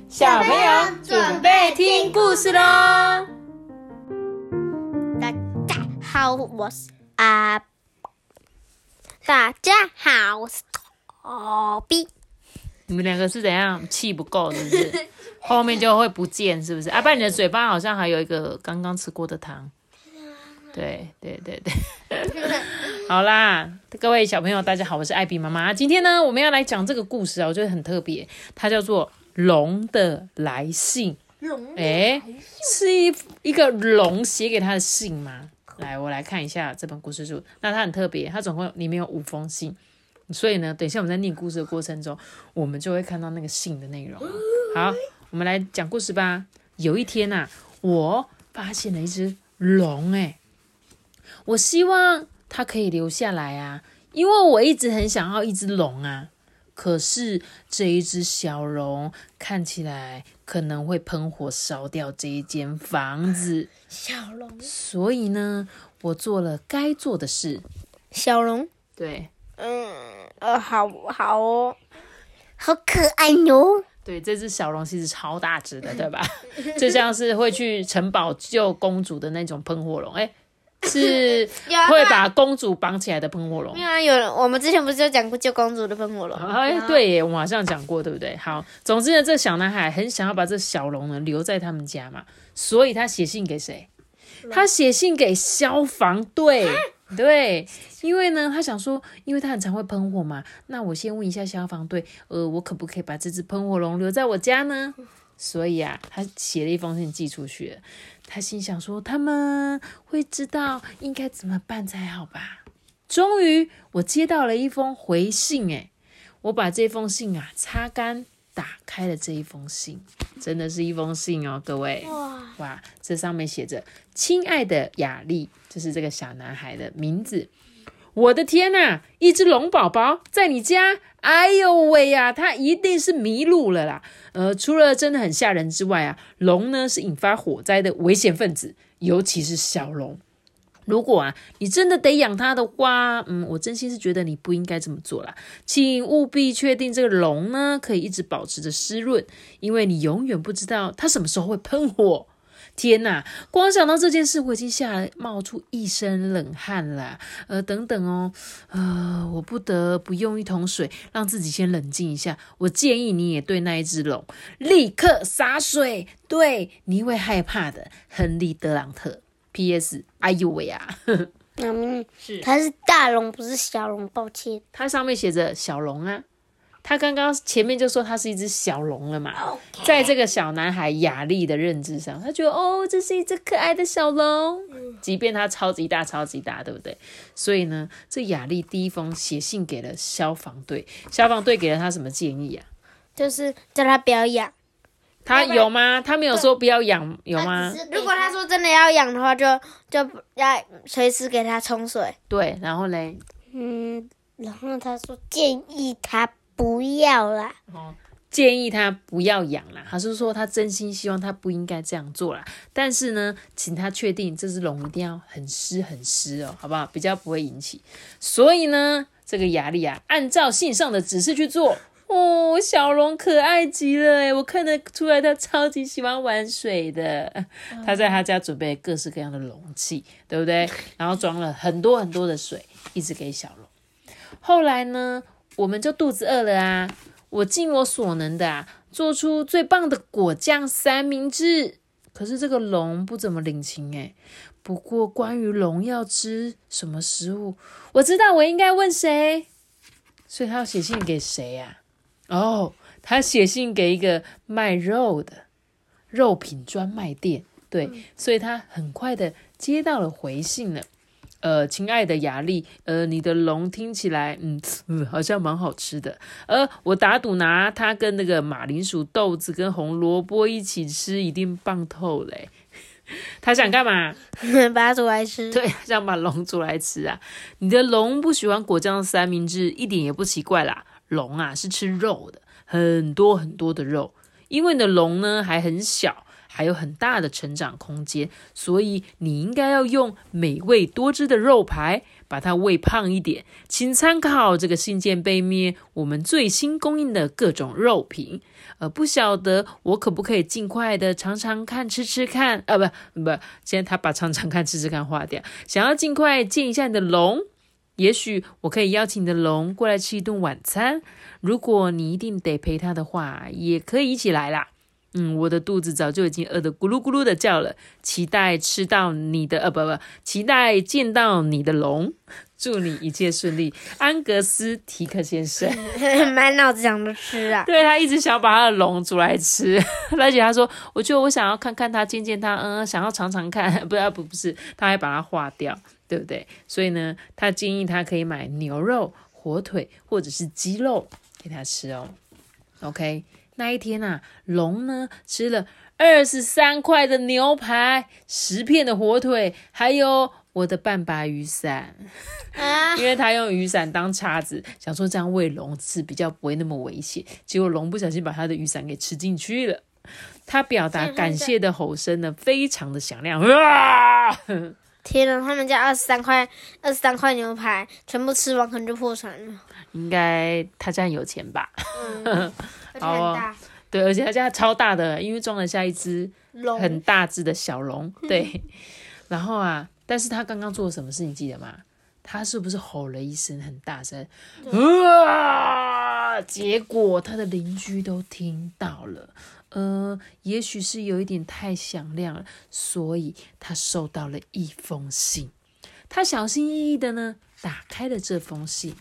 小朋友准备听故事咯。 大家好，我是阿。大家好，我是托比。 你们两个是怎样气不够是不是？后面就会不见是不是？不然你的嘴巴好像还有一个刚刚吃过的糖。对，好啦，各位小朋友大家好，我是艾比妈妈。今天呢我们要来讲这个故事我觉得很特别，它叫做龙的来信。是一个龙写给他的信吗？来，我来看一下这本故事书。那它很特别，它总共里面有5封信，所以呢等一下我们在念故事的过程中我们就会看到那个信的内容。好，我们来讲故事吧。有一天我发现了一只龙我希望它可以留下来因为我一直很想要一只龙可是这一只小龙看起来可能会喷火烧掉这一间房子。 小龙， 所以呢我做了该做的事。 小龙， 对， 好哦，好可爱哟。 对，这只小龙其实超大只的，对吧？就像是会去城堡救公主的那种喷火龙，是会把公主绑起来的喷火龙。 我们之前不是就讲过救公主的喷火龙？ 对耶，我好像讲过，对不对？好，总之呢，这小男孩很想要把这小龙呢留在他们家嘛，所以他写信给谁？他写信给消防队。对，因为呢他想说，因为他很常会喷火嘛，那我先问一下消防队，我可不可以把这只喷火龙留在我家呢？所以他写了一封信寄出去了。他心想说，他们会知道应该怎么办才好吧。终于我接到了一封回信我把这封信擦干，打开了这一封信，真的是一封信哦，各位。哇，这上面写着亲爱的雅丽，这是这个小男孩的名字。我的天啊，一只龙宝宝在你家，哎呦喂呀，它一定是迷路了啦。除了真的很吓人之外龙呢是引发火灾的危险分子，尤其是小龙。如果你真的得养它的话，我真心是觉得你不应该这么做啦。请务必确定这个龙呢可以一直保持着湿润，因为你永远不知道它什么时候会喷火。天哪，光想到这件事我已经吓得冒出一身冷汗了。等等我不得不用一桶水让自己先冷静一下。我建议你也对那一只龙立刻洒水，对，你会害怕的，亨利·德朗特。P.S. 哎呦喂它是大龙不是小龙，抱歉。 它上面写着小龙他刚刚前面就说他是一只小龙了嘛。在这个小男孩雅丽的认知上，他觉得这是一只可爱的小龙，即便它超级大超级大，对不对？所以呢这雅丽第一封写信给了消防队。消防队给了他什么建议就是叫他不要养。 他有吗？他没有说不要养，有吗？ 如果他说真的要养的话，就要随时给他冲水。 对，然后嘞？ 然后他说建议他不要啦。 建议他不要养啦。他是说他真心希望他不应该这样做啦。但是呢，请他确定这只龙一定要很湿很湿好不好？比较不会引起。所以呢，这个雅丽按照信上的指示去做。小龙可爱极了我看得出来他超级喜欢玩水的。他在他家准备各式各样的容器，对不对？然后装了很多很多的水，一直给小龙。后来呢，我们就肚子饿了我尽我所能的做出最棒的果酱三明治。可是这个龙不怎么领情不过关于龙要吃什么食物，我知道我应该问谁。所以他要写信给谁他写信给一个卖肉的肉品专卖店。对，所以他很快的接到了回信了。亲爱的雅丽，你的龙听起来好像蛮好吃的。我打赌拿它跟那个马铃薯豆子跟红萝卜一起吃一定棒透了他想干嘛？ 把它煮来吃。 对，想把龙煮来吃你的龙不喜欢果酱三明治一点也不奇怪啦。龙是吃肉的，很多很多的肉。因为你的龙呢还很小，还有很大的成长空间，所以你应该要用美味多汁的肉排把它喂胖一点。请参考这个信件背面我们最新供应的各种肉品。不晓得我可不可以尽快的尝尝看吃吃看不，现在他把尝尝看吃吃看划掉，想要尽快见一下你的龙，也许我可以邀请你的龙过来吃一顿晚餐。如果你一定得陪他的话，也可以一起来啦。我的肚子早就已经饿得咕噜咕噜的叫了，期待吃到你的期待见到你的龙。祝你一切顺利，安格斯提克先生。 满脑子想着吃啊。 对，他一直想把他的龙煮来吃，而且他说，我觉得我想要看看他，见见他，想要尝尝看，不是，他还把它化掉，对不对？所以呢，他建议他可以买牛肉、火腿或者是鸡肉给他吃哦。OK， 那一天啊，龙呢吃了23块的牛排、10片的火腿，还有我的半把雨伞。因为他用雨伞当叉子，想说这样喂龙吃比较不会那么危险，结果龙不小心把他的雨伞给吃进去了。他表达感谢的吼声呢，非常的响亮。 天哪，他们家23块牛排全部吃完可能就破产了。 应该他家很有钱吧？ 而且很大。 对，而且他家超大的，因为装得下一只很大只的小龙。对，然后啊，但是他刚刚做了什么事你记得吗？他是不是吼了一声很大声？结果他的邻居都听到了。也许是有一点太响亮了，所以他收到了一封信。他小心翼翼的呢，打开了这封信。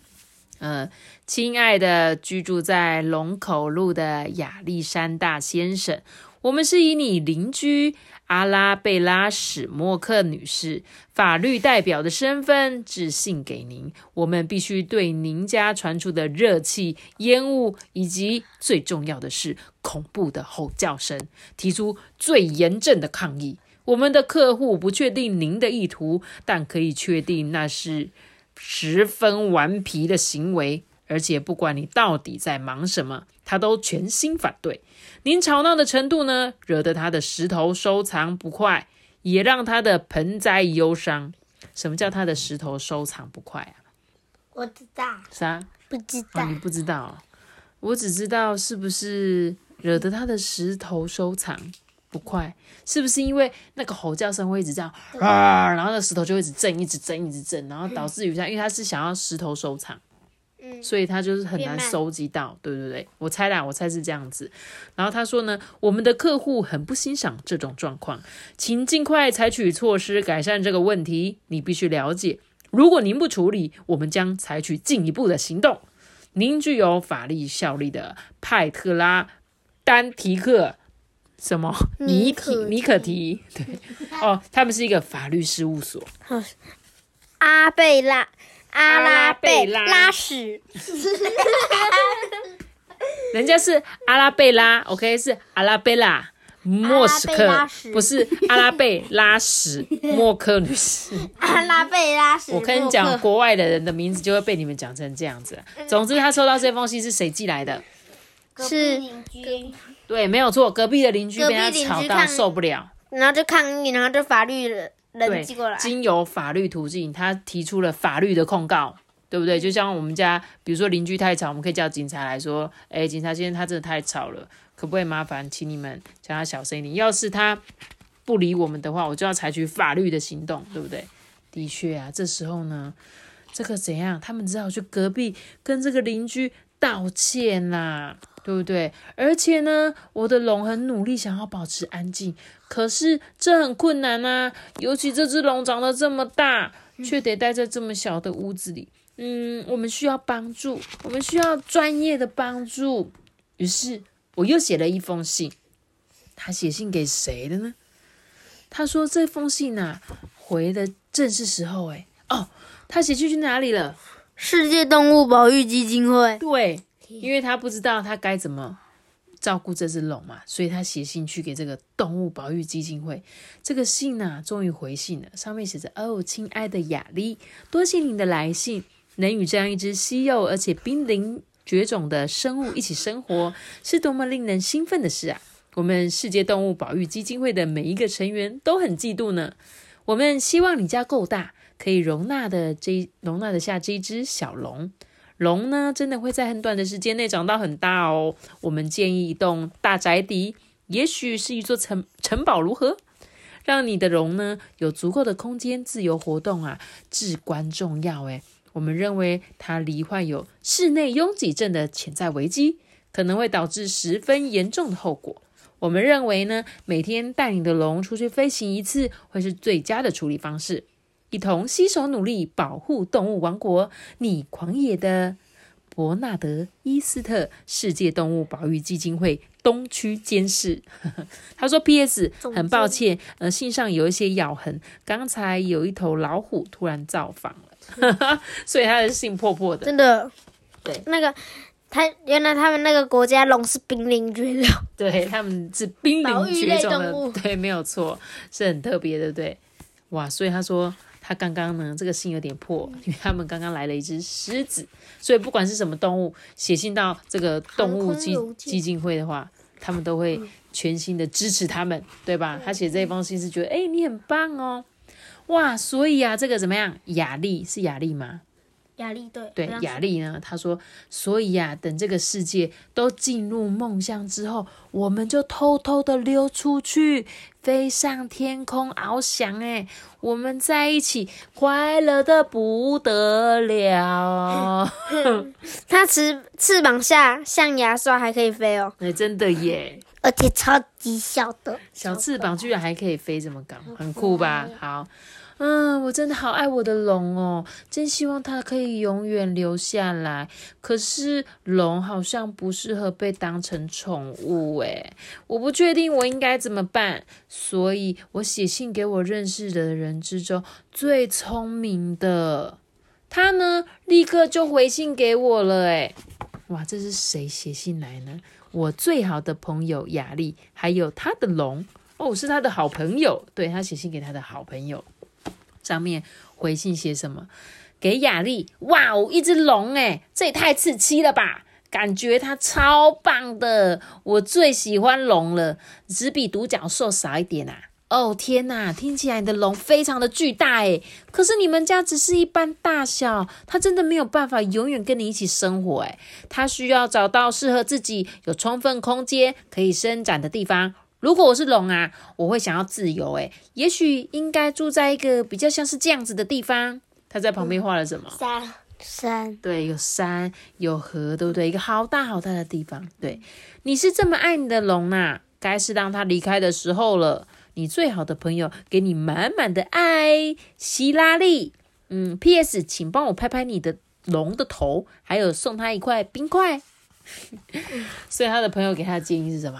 亲爱的居住在龙口路的亚历山大先生，我们是以你邻居阿拉贝拉史莫克女士法律代表的身份致信给您。我们必须对您家传出的热气、烟雾以及最重要的是恐怖的吼叫声提出最严正的抗议。我们的客户不确定您的意图，但可以确定那是十分顽皮的行为，而且不管你到底在忙什么，他都全心反对。您吵闹的程度呢，惹得他的石头收藏不快，也让他的盆栽忧伤。什么叫他的石头收藏不快啊？ 我知道。 啥？ 不知道。 你不知道？我只知道是不是惹得他的石头收藏不快，是不是因为那个吼叫声会一直这样然后那石头就会一直震，一直震，一直震，然后导致于他，因为他是想要石头收藏，所以他就是很难收集到，对不对？我猜是这样子。然后他说呢，我们的客户很不欣赏这种状况，请尽快采取措施改善这个问题。你必须了解，如果您不处理，我们将采取进一步的行动。您具有法律效力的派特拉丹提克什么尼可提，对他们是一个法律事务所。 阿拉贝拉史， 人家是阿拉贝拉 ，OK， 是阿拉贝拉莫斯科，不是阿拉贝拉史莫克女士。 阿拉贝拉史， 我跟你讲，国外的人的名字就会被你们讲成这样子。总之，他收到这封信是谁寄来的？ 是邻居。 对，没有错，隔壁的邻居被他吵到受不了， 然后就抗议，然后就法律人寄过来， 经由法律途径，他提出了法律的控告，对不对？就像我们家，比如说邻居太吵，我们可以叫警察来说，警察先生他真的太吵了，可不可以麻烦请你们叫他小声一点？要是他不理我们的话，我就要采取法律的行动，对不对？的确啊，这时候呢，这个怎样？他们只好去隔壁跟这个邻居道歉啦。对不对？而且呢，我的龙很努力想要保持安静，可是这很困难啊，尤其这只龙长得这么大，却得待在这么小的屋子里。我们需要帮助，我们需要专业的帮助。于是我又写了一封信。他写信给谁的呢？他说这封信啊，回的正是时候。他写去哪里了？ 世界动物保育基金会。 对。因为他不知道他该怎么照顾这只龙嘛，所以他写信去给这个动物保育基金会。这个信啊，终于回信了，上面写着：亲爱的雅丽，多谢您的来信，能与这样一只稀有而且濒临绝种的生物一起生活，是多么令人兴奋的事啊！我们世界动物保育基金会的每一个成员都很嫉妒呢。我们希望你家够大， 可以容纳得下这一只小龙。龙呢，真的会在很短的时间内长到很大哦。我们建议一栋大宅邸，也许是一座城堡，如何？让你的龙呢有足够的空间自由活动啊，至关重要诶。我们认为它罹患有室内拥挤症的潜在危机，可能会导致十分严重的后果。我们认为呢，每天带你的龙出去飞行一次，会是最佳的处理方式。一同携手努力保护动物王国，你狂野的伯纳德·伊斯特世界动物保育基金会东区监事。他说 PS 很抱歉，信上有一些咬痕，刚才有一头老虎突然造访了。所以他的信破破的， 真的。 对， 原来他们那个国家龙是濒临绝种， 对，他们是濒临绝种的， 保育类动物， 对，没有错，是很特别，对不对？哇，所以他说他刚刚呢，这个信有点破，因为他们刚刚来了一只狮子，所以不管是什么动物写信到这个动物基金会的话，他们都会全心的支持他们，对吧？他写这封信是觉得，你很棒哦，哇，所以啊，这个怎么样？雅丽是雅丽吗？ 雅丽对，雅丽呢？他说，所以啊，等这个世界都进入梦乡之后，我们就偷偷的溜出去，飞上天空翱翔。我们在一起，快乐的不得了。 它翅膀下像牙刷，还可以飞哦。 真的耶！ 而且超级小的， 小翅膀居然还可以飞这么高，很酷吧？好。我真的好爱我的龙哦，真希望它可以永远留下来。可是龙好像不适合被当成宠物我不确定我应该怎么办，所以我写信给我认识的人之中最聪明的，他呢立刻就回信给我了哇，这是谁写信来呢？我最好的朋友雅丽，还有他的龙是他的好朋友，对，他写信给他的好朋友。上面回信写什么？给雅丽，哇哦，一只龙这也太刺激了吧！感觉它超棒的，我最喜欢龙了，只比独角兽少一点啊。天哪，听起来你的龙非常的巨大可是你们家只是一般大小，它真的没有办法永远跟你一起生活它需要找到适合自己有充分空间可以伸展的地方。如果我是龙啊，我会想要自由也许应该住在一个比较像是这样子的地方。他在旁边画了什么？ 山， 对，有山有河，对不对？一个好大好大的地方。对，你是这么爱你的龙啊，该是让他离开的时候了。你最好的朋友给你满满的爱，希拉丽。PS 请帮我拍拍你的龙的头，还有送他一块冰块。所以他的朋友给他的建议是什么？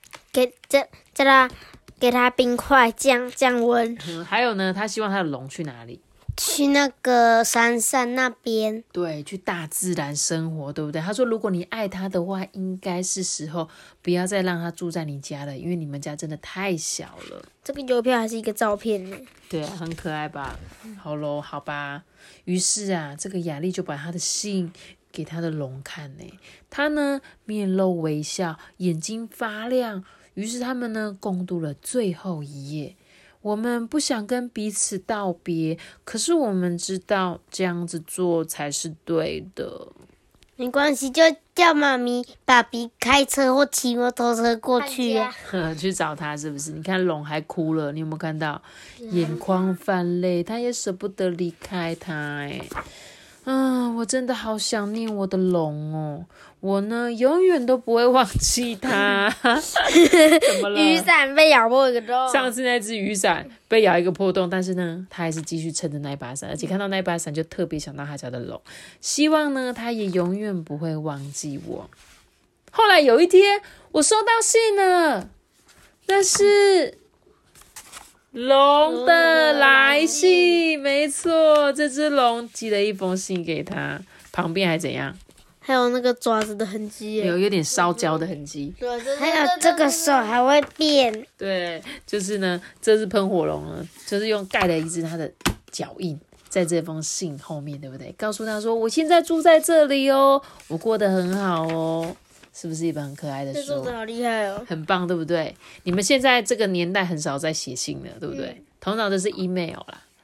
给他冰块降温。 还有呢，他希望他的龙去哪里？ 去那个山上那边。 对，去大自然生活，对不对？他说，如果你爱他的话，应该是时候不要再让他住在你家了，因为你们家真的太小了。 这个邮票还是一个照片呢。 对啊，很可爱吧？好咯，好吧。于是啊，这个雅丽就把他的信给他的龙看他呢面露微笑，眼睛发亮。于是他们呢共度了最后一夜。我们不想跟彼此道别，可是我们知道这样子做才是对的。 没关系，就叫妈咪、爸比开车或骑摩托车过去去找他，是不是？你看龙还哭了，你有没有看到？眼眶泛泪，他也舍不得离开他我真的好想念我的龙哦，我呢永远都不会忘记它。怎么了？ 雨伞被咬破一个洞。 上次那只雨伞被咬一个破洞，但是呢，他还是继续撑着那一把伞，而且看到那一把伞就特别想到他家的龙，希望呢他也永远不会忘记我。后来有一天，我收到信了，那是龙的来信，没错，这只龙寄了一封信给他，旁边还怎样？ 还有那个爪子的痕迹， 有点烧焦的痕迹。 还有这个手还会变。 对，就是呢，这只喷火龙呢，就是用盖了一只它的脚印在这封信后面，对不对？告诉他说，我现在住在这里哦，我过得很好哦。是不是一本很可爱的书？ 这好厉害哦， 很棒，对不对？你们现在这个年代很少在写信了，对不对？通常都是 email 啦。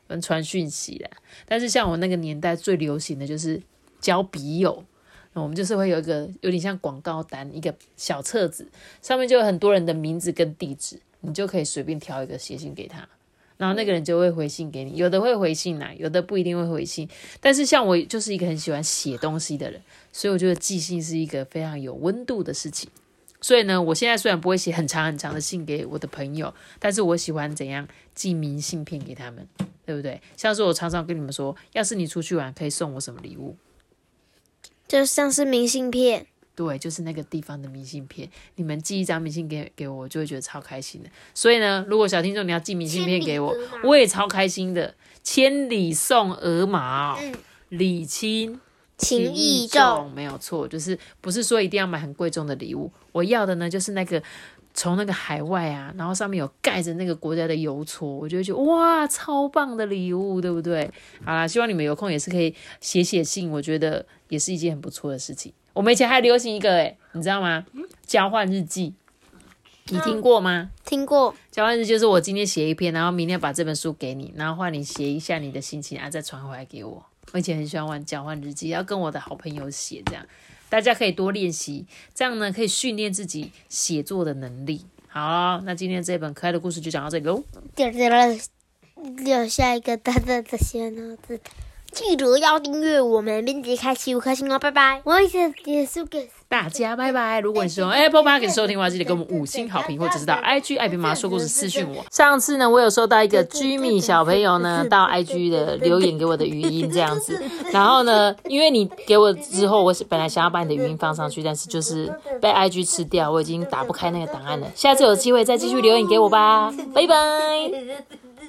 跟传讯息啦。但是像我那个年代最流行的就是交笔友，我们就是会有一个有点像广告单，一个小册子，上面就有很多人的名字跟地址，你就可以随便挑一个写信给他，然后那个人就会回信给你，有的会回信啦，有的不一定会回信。但是像我就是一个很喜欢写东西的人，所以我觉得寄信是一个非常有温度的事情。所以呢，我现在虽然不会写很长很长的信给我的朋友，但是我喜欢怎样寄明信片给他们，对不对？像是我常常跟你们说，要是你出去玩可以送我什么礼物， 就像是明信片。 对，就是那个地方的明信片，你们寄一张明信给我，我就会觉得超开心的。所以呢，如果小听众你要寄明信片给我，我也超开心的。千里送鹅毛，礼轻情意重， 没有错，就是不是说一定要买很贵重的礼物，我要的呢就是那个从那个海外啊，然后上面有盖着那个国家的邮戳，我就会觉得哇，超棒的礼物，对不对？好啦，希望你们有空也是可以写信，我觉得也是一件很不错的事情。我们以前还流行一个你知道吗？交换日记，你听过吗？ 听过。 交换日记就是我今天写一篇，然后明天把这本书给你，然后换你写一下你的心情再传回来给我。我以前很喜欢玩交换日记，要跟我的好朋友写，这样大家可以多练习，这样呢可以训练自己写作的能力。好，那今天这本可爱的故事就讲到这里喽。 留下一个大大的小脑子，记得要订阅我们，并且开启5颗星哦，拜拜。我也想结束给大家拜拜！如果你是用 Apple Podcast 收听的话，记得给我们5星好评，或者是到 IG 爱平妈说故事私讯我。上次呢，我有收到一个 Jimmy 小朋友呢到 IG 的留言给我的语音这样子，然后呢，因为你给我之后，我本来想要把你的语音放上去，但是就是被 IG 吃掉，我已经打不开那个档案了。下次有机会再继续留言给我吧，拜拜。